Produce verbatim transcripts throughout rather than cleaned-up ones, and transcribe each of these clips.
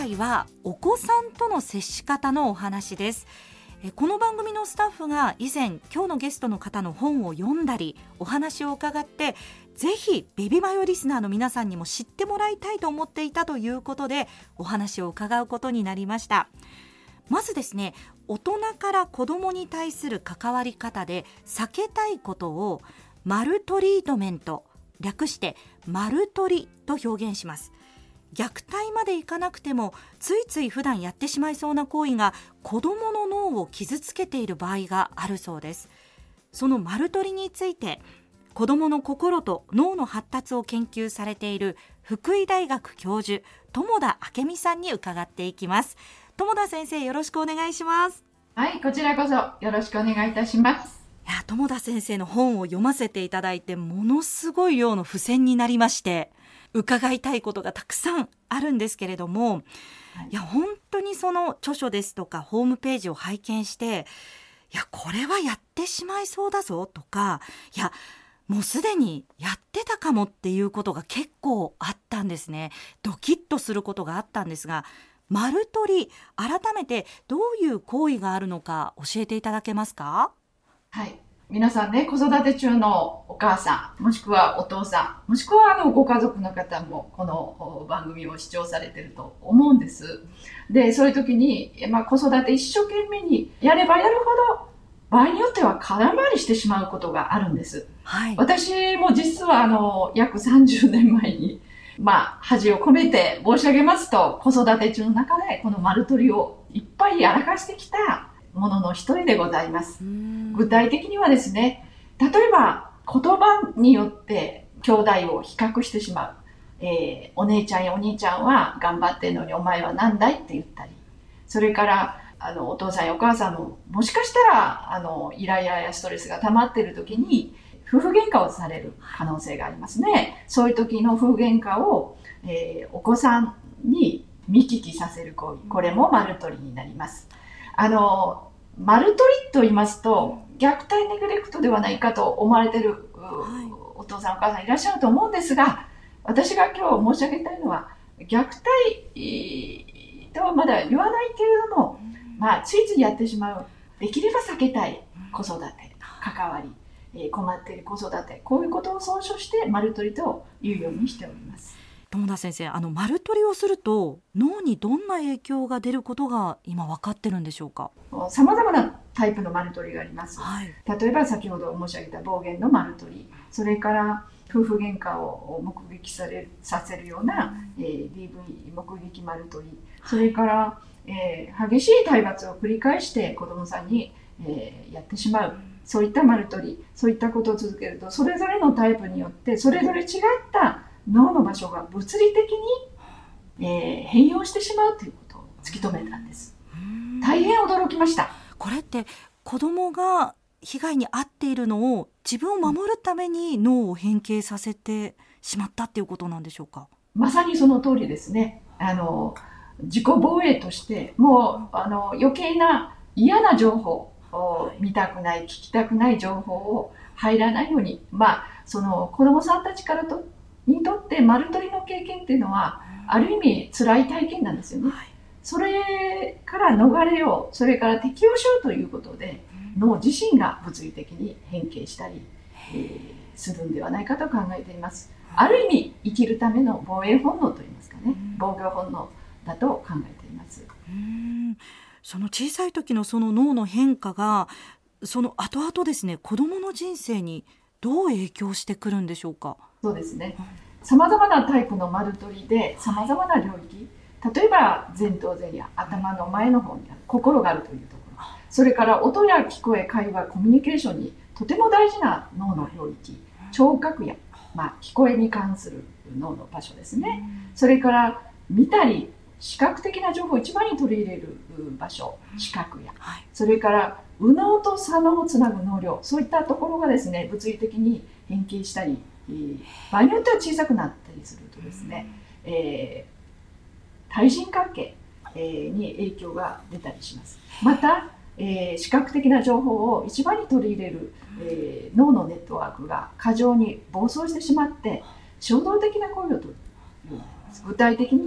回はお子さんとの接し方のお話です。この番組のスタッフが以前今日のゲストの方の本を読んだりお話を伺って、ぜひベビマヨリスナーの皆さんにも知ってもらいたいと思っていたということでお話を伺うことになりました。まずですね、大人から子どもに対する関わり方で避けたいことをマルトリートメント、略してマルトリと表現します。虐待までいかなくてもついつい普段やってしまいそうな行為が子どもの脳を傷つけている場合があるそうです。そのマルトリについて子どもの心と脳の発達を研究されている福井大学教授友田明美さんに伺っていきます。友田先生、よろしくお願いします。 はい、こちらこそよろしくお願いいたします。 いや、友田先生の本を読ませていただいてものすごい量の付箋になりまして、伺いたいことがたくさんあるんですけれども、はい、いや本当にその著書ですとかホームページを拝見して、いやこれはやってしまいそうだぞとか、いやもうすでにやってたかもっていうことが結構あったんですね。ドキッとすることがあったんですが、マルトリ、改めてどういう行為があるのか教えていただけますか？ はい、皆さんね、子育て中のお母さん、もしくはお父さん、もしくはあのご家族の方もこの番組を視聴されていると思うんです。で、そういう時に、まあ、子育て一生懸命にやればやるほど場合によっては空回りしてしまうことがあるんです。はい、私も実はあの約さんじゅうねんまえに、まあ、恥を込めて申し上げますと、子育て中の中でこのマルトリをいっぱいやらかしてきたものの一人でございます。具体的にはですね、例えば言葉によって兄弟を比較してしまう、えー、お姉ちゃんやお兄ちゃんは頑張ってんのにお前は何だいって言ったり、それからあのお父さんやお母さんももしかしたらあのイライラやストレスが溜まっている時に夫婦喧嘩をされる可能性がありますね。そういう時の夫婦喧嘩を、えー、お子さんに見聞きさせる行為、これもマルトリになります。あのマルトリと言いますと虐待ネグレクトではないかと思われている、はい、お父さんお母さんいらっしゃると思うんですが、私が今日申し上げたいのは虐待とはまだ言わないけれども、まあ、ついついやってしまう、できれば避けたい子育て、関わり、えー、困っている子育て、こういうことを総称してマルトリというようにしております。 友田先生、あのマルトリをすると脳にどんな影響が出ることが今分かってるんでしょうか？ さまざまなタイプのマルトリがあります、はい、例えば先ほど申し上げた暴言のマルトリ、それから夫婦喧嘩を目撃されさせるような、うん、えー、ディーブイ 目撃マルトリ、それから、えー、激しい体罰を繰り返して子どもさんに、えー、やってしまう、そういったマルトリ、そういったことを続けるとそれぞれのタイプによってそれぞれ違った脳の場所が物理的に、えー、変容してしまうということを突き止めたんです。大変驚きました。 これって子どもが被害に遭っているのを自分を守るために脳を変形させてしまったっていうことなんでしょうか？ まさにその通りですね。あの自己防衛としてもうあの余計な嫌な情報を見たくない、聞きたくない情報を入らないように、まあ、その子どもさんたちからとにとってマルトリの経験っていうのはある意味辛い体験なんですよね。それから逃れよう、それから適応しようということで脳自身が物理的に変形したり、えー、するんではないかと考えています。ある意味生きるための防衛本能といいますかね、防御本能だと考えています。 うーん、その小さい時のその脳の変化がその後々ですね、子どもの人生にどう影響してくるんでしょうか？ そうですね、さまざまなタイプのマルトリでさまざまな領域、例えば前頭前野、頭の前の方にある心があるというところ、それから音や聞こえ、会話、コミュニケーションにとても大事な脳の領域、聴覚野、まあ、聞こえに関する脳の場所ですね。それから見たり視覚的な情報を一番に取り入れる場所、視覚野、それから右脳と左脳をつなぐ脳量、そういったところがですね物理的に変形したり、場合によっては小さくなったりするとですね、えー、対人関係に影響が出たりします。また、えー、視覚的な情報を一番に取り入れる、えー、脳のネットワークが過剰に暴走してしまって衝動的な行為をとるようになります。具体的には、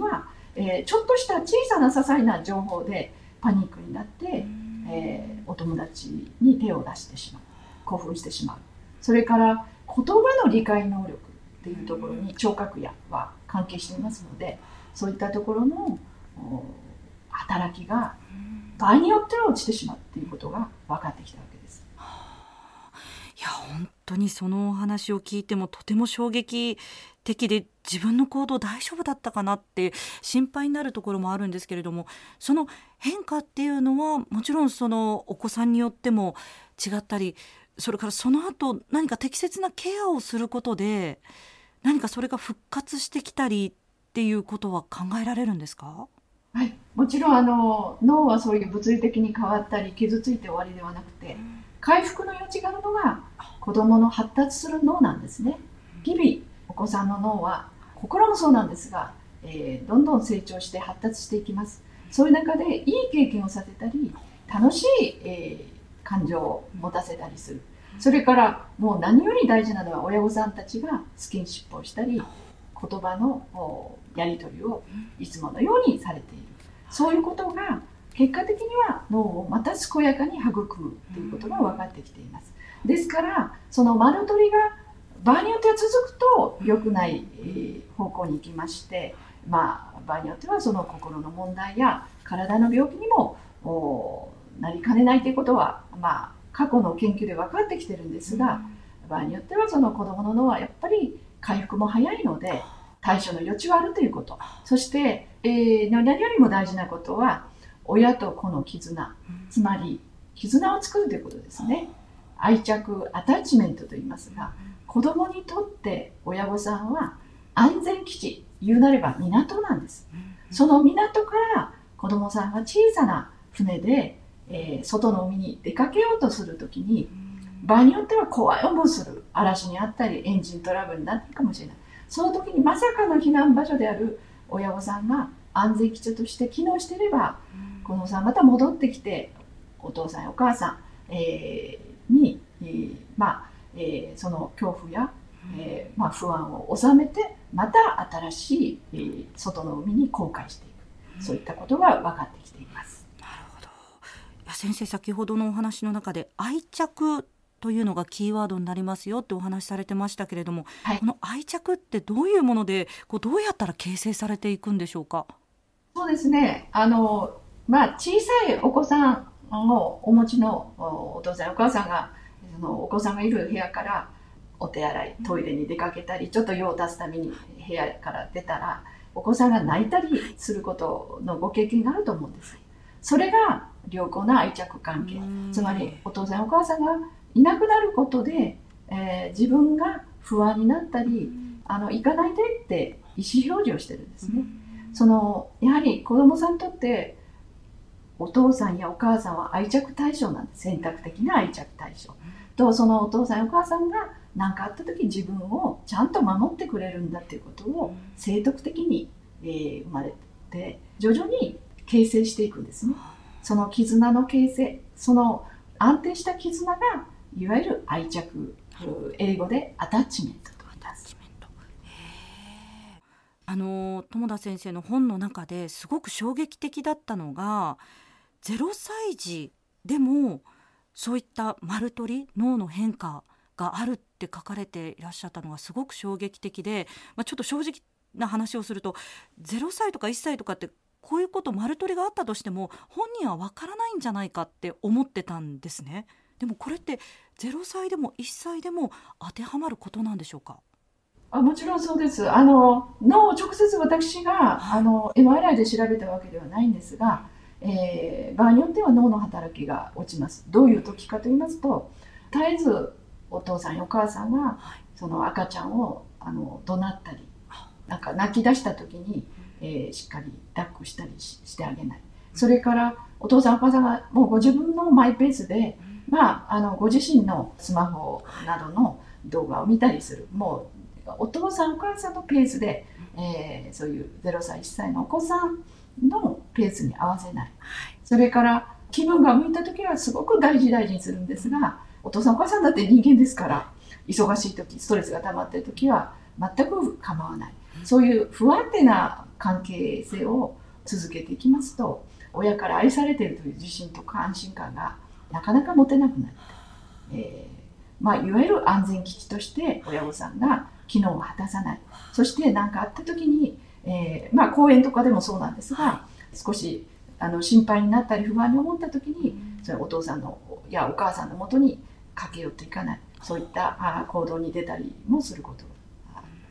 えー、ちょっとした小さな些細な情報でパニックになって、えー、お友達に手を出してしまう、興奮してしまう。それから言葉の理解能力っていうところに聴覚野は関係していますので、そういったところの働きが場合によっては落ちてしまうっていうことが分かってきたわけです。 いや本当にそのお話を聞いてもとても衝撃的で、自分の行動大丈夫だったかなって心配になるところもあるんですけれども、その変化っていうのはもちろんそのお子さんによっても違ったり、それからその後何か適切なケアをすることで何かそれが復活してきたりっていうことは考えられるんですか？ はい、もちろんあの脳はそういう物理的に変わったり傷ついて終わりではなくて、回復の余地があるのが子どもの発達する脳なんですね。日々お子さんの脳は心もそうなんですが、えー、どんどん成長して発達していきます。そういう中でいい経験をさせたり楽しい、えー、感情を持たせたりする。それからもう何より大事なのは親御さんたちがスキンシップをしたり言葉のやり取りをいつものようにされている。そういうことが結果的には脳をまた健やかに育むということが分かってきています。ですからその丸取りが場合によっては続くと良くない方向に行きまして、まあ、場合によってはその心の問題や体の病気にもなりかねないということは、まあ、過去の研究で分かってきてるんですが、場合によってはその子どもの脳はやっぱり回復も早いので対処の余地はあるということ。そして、えー、何よりも大事なことは親と子の絆、つまり絆を作るということですね。愛着、アタッチメントと言いますが、子供にとって親御さんは安全基地、言うなれば港なんです。その港から子供さんが小さな船で、えー、外の海に出かけようとするときに、場合によっては怖い思いする、嵐にあったりエンジントラブルになっているかもしれない。その時にまさかの避難場所である親御さんが安全基地として機能していれば、子供さんまた戻ってきてお父さんやお母さん、えー、に、えー、まあえー、その恐怖や、えーまあ、不安を収めてまた新しい、えー、外の海に航海していく、そういったことが分かってきています。 なるほど。いや先生、先ほどのお話の中で愛着というのがキーワードになりますよってお話しされてましたけれども、はい、この愛着ってどういうものでこうどうやったら形成されていくんでしょうか？ そうですね、あの、まあ、小さいお子さんをお持ちのお父さんお母さんがそのお子さんがいる部屋からお手洗いトイレに出かけたりちょっと用を足すために部屋から出たらお子さんが泣いたりすることのご経験があると思うんです。それが良好な愛着関係、つまりお父さんお母さんがいなくなることで、えー、自分が不安になったりあの行かないでって意思表示をしてるんですね。そのやはり子どもさんにとってお父さんやお母さんは愛着対象なんです。選択的な愛着対象と、そのお父さんやお母さんが何かあった時自分をちゃんと守ってくれるんだっていうことを正徳的に、えー、生まれて徐々に形成していくんですね。その絆の形成、その安定した絆がいわゆる愛着、英語でアタッチメントと言います。 あの友田先生の本の中ですごく衝撃的だったのが、ゼロさい児でもそういった丸取り脳の変化があるって書かれていらっしゃったのがすごく衝撃的で、まあ、ちょっと正直な話をするとゼロさいとかいっさいとかってこういうこと丸取りがあったとしても本人はわからないんじゃないかって思ってたんですね。でもこれってゼロさいでもいっさいでも当てはまることなんでしょうか？ あ、もちろんそうです。あの脳を直接私があの エムアールアイ で調べたわけではないんですが、えー、場合によっては脳の働きが落ちます。どういう時かと言いますと、絶えずお父さんやお母さんがその赤ちゃんをあの怒鳴ったりなんか泣き出した時に、えー、しっかり抱っこしたり し, してあげない。それからお父さんお母さんがもうご自分のマイペースで、まあ、あのご自身のスマホなどの動画を見たりする。もうお父さんお母さんのペースで、えー、そういうゼロさいいっさいのお子さんのペースに合わせない。それから気分が向いた時はすごく大事大事にするんですが、お父さんお母さんだって人間ですから、忙しい時ストレスが溜まっている時は全く構わない。そういう不安定な関係性を続けていきますと、親から愛されているという自信とか安心感がなかなか持てなくなって、えーまあ、いわゆる安全基地として親御さんが機能を果たさない。そして何かあった時に、えーまあ、講演とかでもそうなんですが、少しあの心配になったり不安に思った時に、それお父さんのやお母さんのもとに駆け寄っていかない、そういったあ行動に出たりもすることがあります。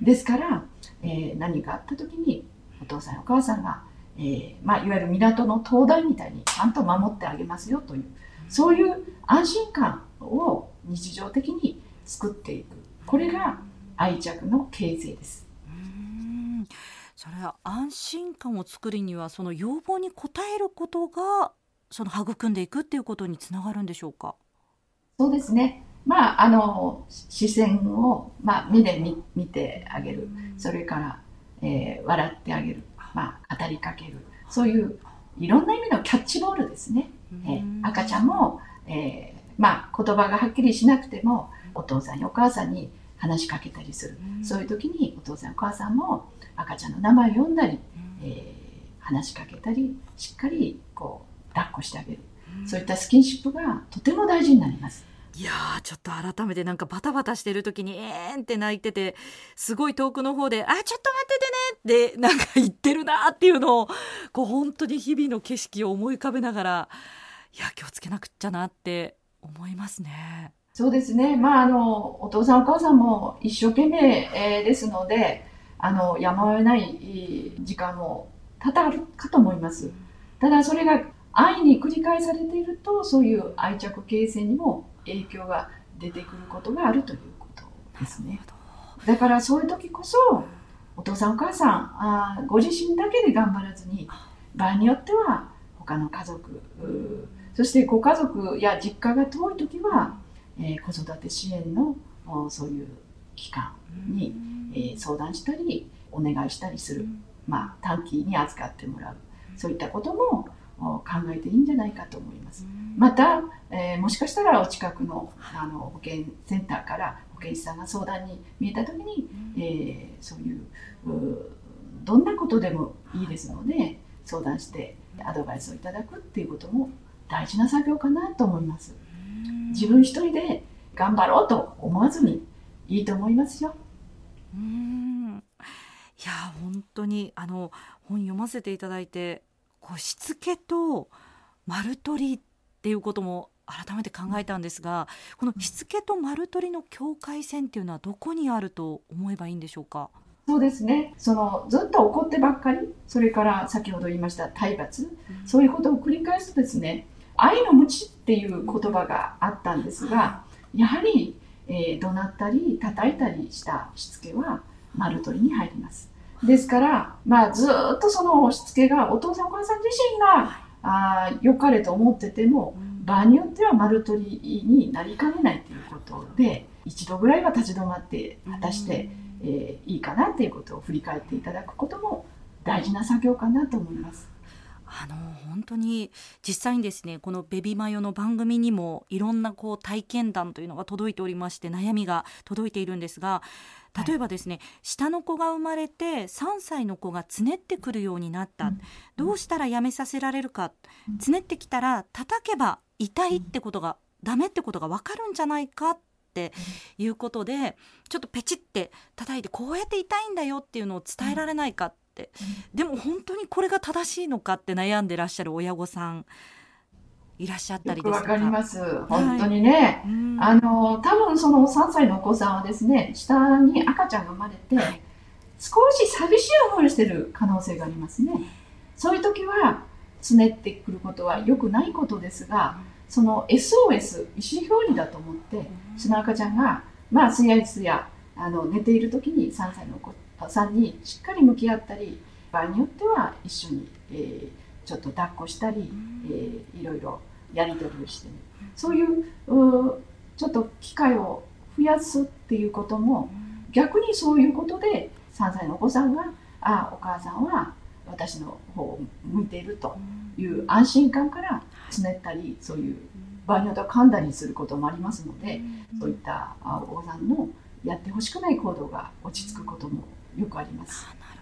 ですから、えー、何かあった時にお父さんやお母さんが、えーまあ、いわゆる港の灯台みたいにちゃんと守ってあげますよという、そういう安心感を日常的に作っていく、これが愛着の形成です。 うーん、それは安心感を作るにはその要望に応えることがその育んでいくっていうことにつながるんでしょうか。 そうですね。まあ、あの視線を、まあ、目で 見, 見てあげる、それから、えー、笑ってあげる、まあ、語りかける、そういういろんな意味のキャッチボールですね。えー、赤ちゃんも、えーまあ、言葉がはっきりしなくてもお父さんやお母さんに話しかけたりする、そういう時にお父さんやお母さんも赤ちゃんの名前を呼んだり、えー、話しかけたり、しっかりこう抱っこしてあげる、そういったスキンシップがとても大事になります。 いやー、ちょっと改めてなんかバタバタしてる時にえーんって泣いてて、すごい遠くの方であちょっと待っててねってなんか言ってるなっていうのをこう本当に日々の景色を思い浮かべながら、いや気をつけなくっちゃなって思いますね。 そうですね。まあ、あのお父さんお母さんも一生懸命、えー、ですので、あのやむを得ない時間も多々あるかと思います。ただそれが愛に繰り返されていると、そういう愛着形成にも影響が出てくることがあるということですね。だからそういう時こそお父さんお母さんあご自身だけで頑張らずに、場合によっては他の家族、そしてご家族や実家が遠い時は、えー、子育て支援のそういう機関に、えー、相談したりお願いしたりする、まあ、短期に預かってもらう、そういったことも考えていいんじゃないかと思います。また、えー、もしかしたらお近くの、あの保健センターから保健師さんが相談に見えた時に、えー、そういう、うどんなことでもいいですので相談してアドバイスをいただくっていうことも大事な作業かなと思います。自分一人で頑張ろうと思わずにいいと思いますよ。 うーん、いや本当にあの本読ませていただいて、こうしつけと丸取りっていうことも改めて考えたんですが、このしつけと丸取りの境界線っていうのはどこにあると思えばいいんでしょうか。 そうですね。そのずっと怒ってばっかり、それから先ほど言いました体罰、うん、そういうことを繰り返すとですね、愛の無知っていう言葉があったんですが、やはり、えー、怒鳴ったり叩いたりしたしつけは丸取りに入ります。ですから、まあ、ずっとそのしつけがお父さんお母さん自身があ良かれと思ってても、場合によっては丸取りになりかねないということで、一度ぐらいは立ち止まって果たして、えー、いいかなっていうことを振り返っていただくことも大事な作業かなと思います。 あの本当に実際にですね、このベビマヨの番組にもいろんなこう体験談というのが届いておりまして、悩みが届いているんですが、例えばですね、はい、下の子が生まれてさんさいの子がつねってくるようになった、うん、どうしたらやめさせられるか、うん、つねってきたら叩けば痛いってことが、うん、ダメってことが分かるんじゃないかっていうことで、ちょっとペチって叩いてこうやって痛いんだよっていうのを伝えられないかって、でも本当にこれが正しいのかって悩んでらっしゃる親御さんいらっしゃったりですとか。 よくわかります。本当にね、はい、あの多分そのさんさいのお子さんはですね、下に赤ちゃんが生まれて、はい、少し寂しい思いをしている可能性がありますね。そういう時はつねってくることは良くないことですが、その エスオーエス 意思表示だと思って、その赤ちゃんがまあすやすやあの寝ている時にさんさいのお子さんにしっかり向き合ったり、場合によっては一緒に、えー、ちょっと抱っこしたり、えー、いろいろやり取りをしてみる、そういうちょっと機会を増やすっていうことも、逆にそういうことでさんさいのお子さんがあお母さんは私の方を向いているという安心感からつねったり、そういう場合によっては噛んだりすることもありますので、そういったお子さんのやってほしくない行動が落ち着くこともよくあります。 あ、なるほど。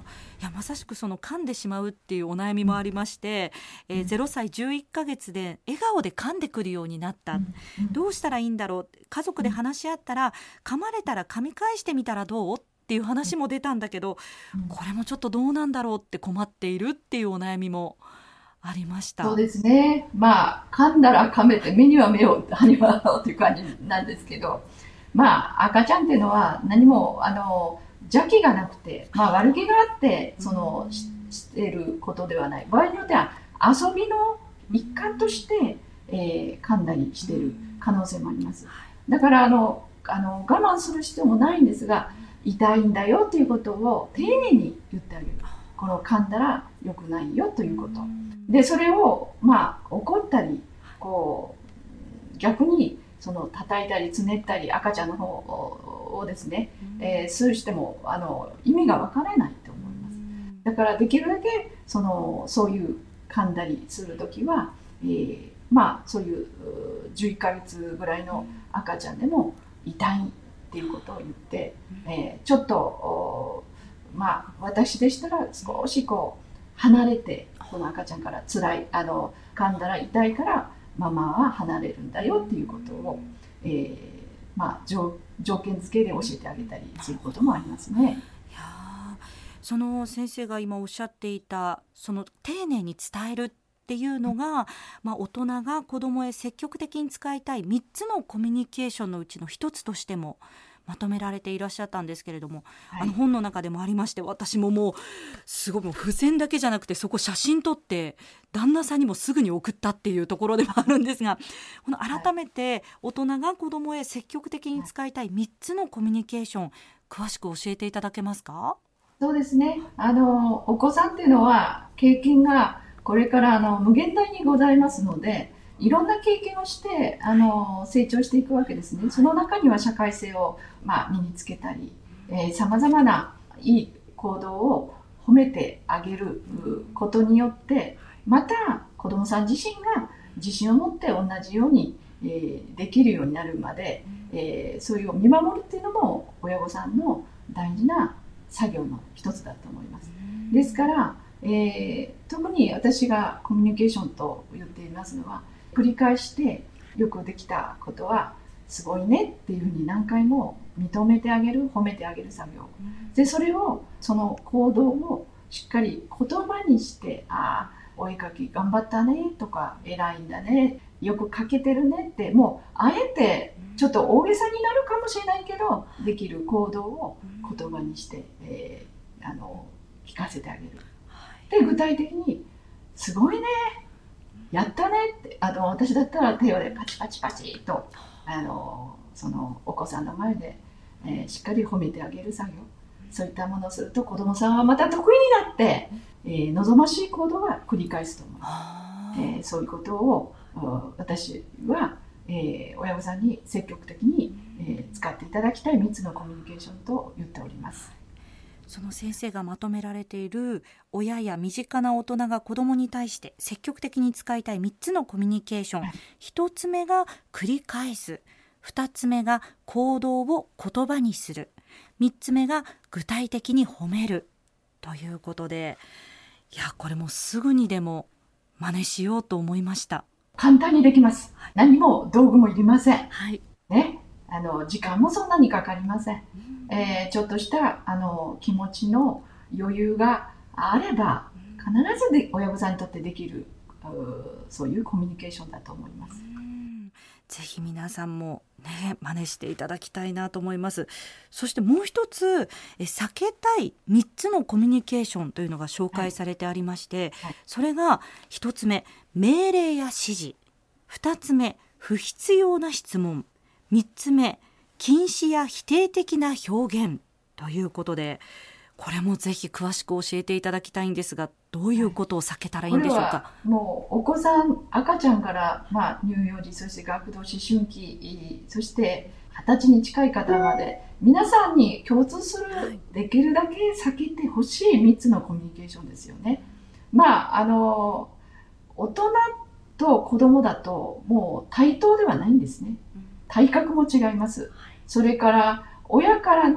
いやまさしくその噛んでしまうっていうお悩みもありまして、うんえー、ゼロさいじゅういっかげつで笑顔で噛んでくるようになった、うんうん、どうしたらいいんだろう、家族で話し合ったら、噛まれたら噛み返してみたらどうっていう話も出たんだけど、うん、これもちょっとどうなんだろうって困っているっていうお悩みもありました。 そうですね。まあ噛んだら噛めて目には目を歯には歯をという感じなんですけど、まあ赤ちゃんっていうのは何もあの邪気がなくて、まあ、悪気があってそのししていることではない。場合によっては遊びの一環として、えー、噛んだりしている可能性もあります。だからあのあの我慢する必要もないんですが、痛いんだよということを丁寧に言ってあげる。この噛んだら良くないよということで、それをまあ怒ったりこう逆にその叩いたりつねったり赤ちゃんの方をですね、えー、そうしてもあの意味がわからないと思います。だからできるだけそのそういう噛んだりするときは、えー、まあそういうじゅういっかげつぐらいの赤ちゃんでも痛いっていうことを言って、えー、ちょっとまあ私でしたら少しこう離れてこの赤ちゃんから辛いあの噛んだら痛いからママは離れるんだよっていうことを、えーまあ、条, 条件付けで教えてあげたりすることもありますね。 いやその先生が今おっしゃっていたその丁寧に伝えるっていうのが、まあ、大人が子どもへ積極的に使いたいみっつのコミュニケーションのうちのひとつとしてもまとめられていらっしゃったんですけれども、はい、あの本の中でもありまして、私ももうすごいもう付箋だけじゃなくてそこ写真撮って旦那さんにもすぐに送ったっていうところでもあるんですが、この改めて大人が子どもへ積極的に使いたいみっつのコミュニケーション、詳しく教えていただけますか？ そうですね、あのお子さんっていうのは経験がこれからあの無限大にございますので、いろんな経験をしてあの成長していくわけですね。その中には社会性を、まあ、身につけたり、さまざまないい行動を褒めてあげることによってまた子どもさん自身が自信を持って同じように、えー、できるようになるまで、えー、そういう見守るっていうのも親御さんの大事な作業の一つだと思います。ですから、えー、特に私がコミュニケーションと言っていますのは、繰り返してよくできたことはすごいねっていうふうに何回も認めてあげる、褒めてあげる作業で、それをその行動をしっかり言葉にして、ああお絵かき頑張ったねとか、偉いんだね、よく描けてるねって、もうあえてちょっと大げさになるかもしれないけどできる行動を言葉にして、えー、あの聞かせてあげる。で具体的にすごいね、やったねって、あの私だったら手をでパチパチパチとあのそのお子さんの前で、えー、しっかり褒めてあげる作業、そういったものをすると子どもさんはまた得意になって、えー、望ましい行動が繰り返すと思います。えー、そういうことを私は、えー、親御さんに積極的に、えー、使っていただきたいみっつのコミュニケーションと言っております。 その先生がまとめられている親や身近な大人が子どもに対して積極的に使いたいみっつのコミュニケーション、はい、ひとつめが繰り返す、ふたつめが行動を言葉にする、みっつめが具体的に褒めるということで、いやこれもすぐにでも真似しようと思いました。 簡単にできます、はい、何も道具もいりません、 はいね、あの時間もそんなにかかりません、うんえー、ちょっとしたあの気持ちの余裕があれば必ずで親御さんにとってできる、そういうコミュニケーションだと思います。 ぜひ皆さんもね真似していただきたいなと思います。そしてもう一つえ避けたいみっつのコミュニケーションというのが紹介されてありまして、はいはい、それがひとつめ命令や指示、ふたつめ不必要な質問、みっつめ禁止や否定的な表現ということで、これもぜひ詳しく教えていただきたいんですが、どういうことを避けたらいいんでしょうか。 これはもうお子さん赤ちゃんから、まあ、乳幼児、そして学童思春期、そしてはたちに近い方まで皆さんに共通する、はい、できるだけ避けてほしいみっつのコミュニケーションですよね。まああの大人と子供だともう対等ではないんですね。体格も違います。それから親からの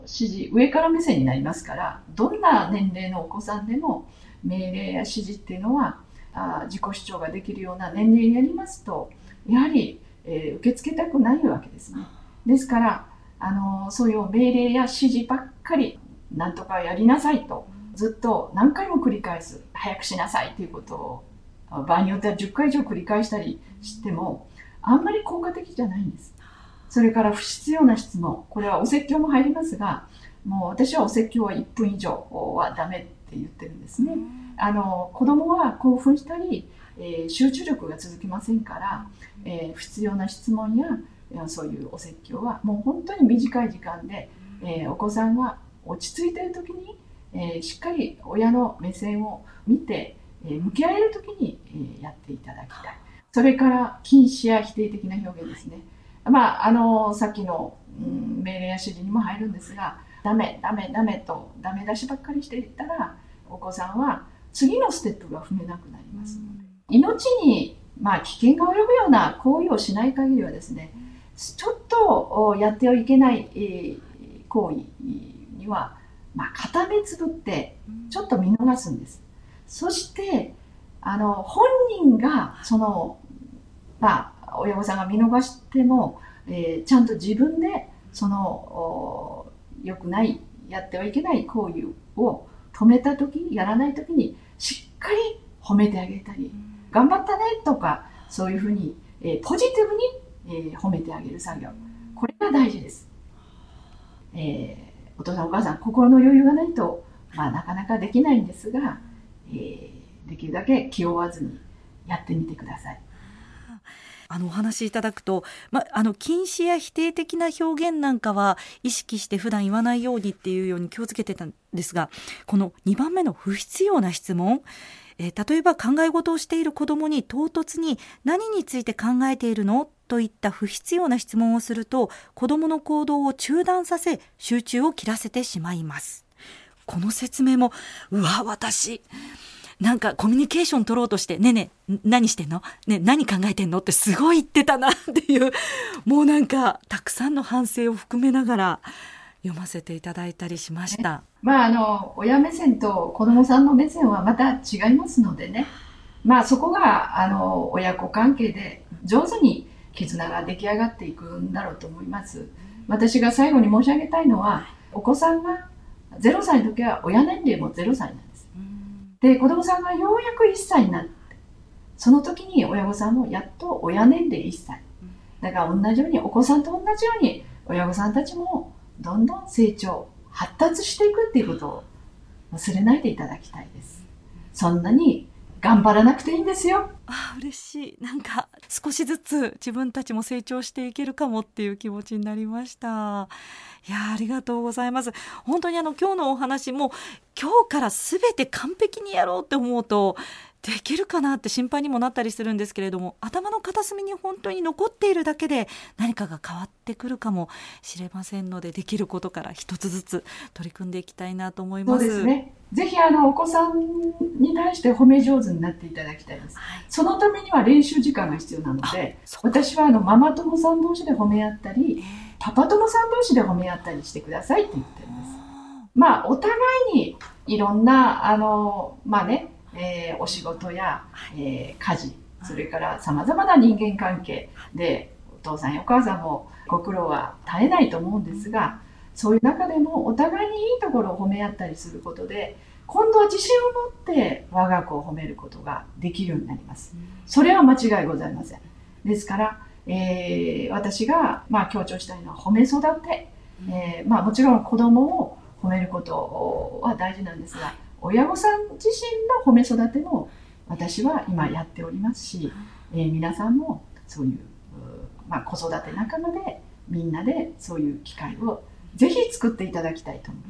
指示、上から目線になりますから、どんな年齢のお子さんでも命令や指示っていうのはあ自己主張ができるような年齢になりますと、やはり、えー、受け付けたくないわけですね。ですからあのそういう命令や指示ばっかりなんとかやりなさいとずっと何回も繰り返す、早くしなさいということを場合によってはじゅっかい以上繰り返したりしてもあんまり効果的じゃないんです。それから不必要な質問、これはお説教も入りますが、もう私はお説教はいっぷん以上はダメって言ってるんですね。あの子供は興奮したり、えー、集中力が続きませんから、えー、不必要な質問やそういうお説教はもう本当に短い時間で、えー、お子さんが落ち着いている時に、えー、しっかり親の目線を見て、えー、向き合える時に、えー、やっていただきたい。それから禁止や否定的な表現ですね。まあ、あのさっきの、うん、命令や指示にも入るんですが、ダメダメダメとダメ出しばっかりしていったらお子さんは次のステップが踏めなくなりますので、命に、まあ、危険が及ぶような行為をしない限りはですね、ちょっとやってはいけない、えー、行為には、まあ、片目つぶってちょっと見逃すんです。そしてあの本人がその、まあ、親御さんが見逃しても、えー、ちゃんと自分でその良くない、やってはいけない行為を止めた時に、やらない時にしっかり褒めてあげたり、頑張ったねとか、そういうふうに、えー、ポジティブに、えー、褒めてあげる作業、これが大事です。えー、お父さんお母さん心の余裕がないと、まあ、なかなかできないんですが、えー、できるだけ気負わずにやってみてください。 あのお話しいただくと、ま、あの禁止や否定的な表現なんかは意識して普段言わないようにっていうように気をつけてたんですが、このにばんめの不必要な質問、えー、例えば考え事をしている子どもに唐突に何について考えているのといった不必要な質問をすると、子どもの行動を中断させ集中を切らせてしまいます。この説明もうわ私なんかコミュニケーション取ろうとしてねえねえ何してんの、ねえ何考えてんのってすごい言ってたなっていう、もうなんかたくさんの反省を含めながら読ませていただいたりしました。 まあ、あの親目線と子どもさんの目線はまた違いますのでね、まあ、そこがあの親子関係で上手に絆が出来上がっていくんだろうと思います。私が最後に申し上げたいのは、お子さんがゼロさいの時は親年齢もゼロさいなんです。で、子どもさんがようやくいっさいになって、その時に親御さんもやっと親年齢いっさい。だから同じように、お子さんと同じように親御さんたちもどんどん成長、発達していくっていうことを忘れないでいただきたいです。そんなに頑張らなくていいんですよ。 あ、嬉しい。なんか少しずつ自分たちも成長していけるかもっていう気持ちになりました。いや、ありがとうございます。本当にあの今日のお話も今日から全て完璧にやろうって思うとできるかなって心配にもなったりするんですけれども、頭の片隅に本当に残っているだけで何かが変わってくるかもしれませんので、できることから一つずつ取り組んでいきたいなと思います。 そうですね。ぜひあのお子さんに対して褒め上手になっていただきたいです、はい、そのためには練習時間が必要なので、私はあのママ友さん同士で褒め合ったり、パパ友さん同士で褒め合ったりしてくださいって言ってるんです。まあお互いにいろんなあのまあねえー、お仕事や、えー、家事、それからさまざまな人間関係でお父さんやお母さんもご苦労は絶えないと思うんですが、そういう中でもお互いにいいところを褒め合ったりすることで、今度は自信を持って我が子を褒めることができるようになります。それは間違いございません。ですから、えー、私が、まあ、強調したいのは褒め育て、えーまあ、もちろん子供を褒めることは大事なんですが、親御さん自身の褒め育ても私は今やっておりますし、えー、皆さんもそういう、まあ、子育て仲間でみんなでそういう機会をぜひ作っていただきたいと思い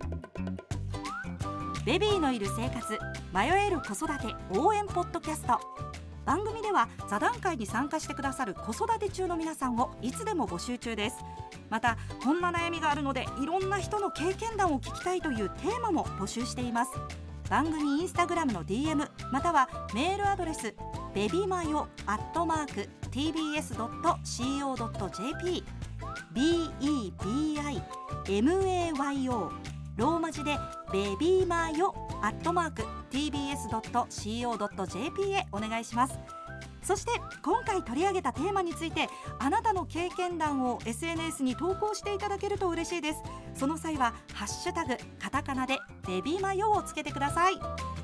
ます。ベビーのいる生活、迷える子育て応援ポッドキャスト。番組では座談会に参加してくださる子育て中の皆さんをいつでも募集中です。またこんな悩みがあるのでいろんな人の経験談を聞きたいというテーマも募集しています。番組インスタグラムの ディーエム またはメールアドレスベビマヨアットマーク ティービーエスドットシーオードットジェーピービーイービーアイエムエーワイオー ローマ字でベビーマヨアットマーク ティービーエスドットシーオードットジェーピー へお願いします。そして今回取り上げたテーマについてあなたの経験談を エスエヌエス に投稿していただけると嬉しいです。その際はハッシュタグカタカナでベビーマヨをつけてください。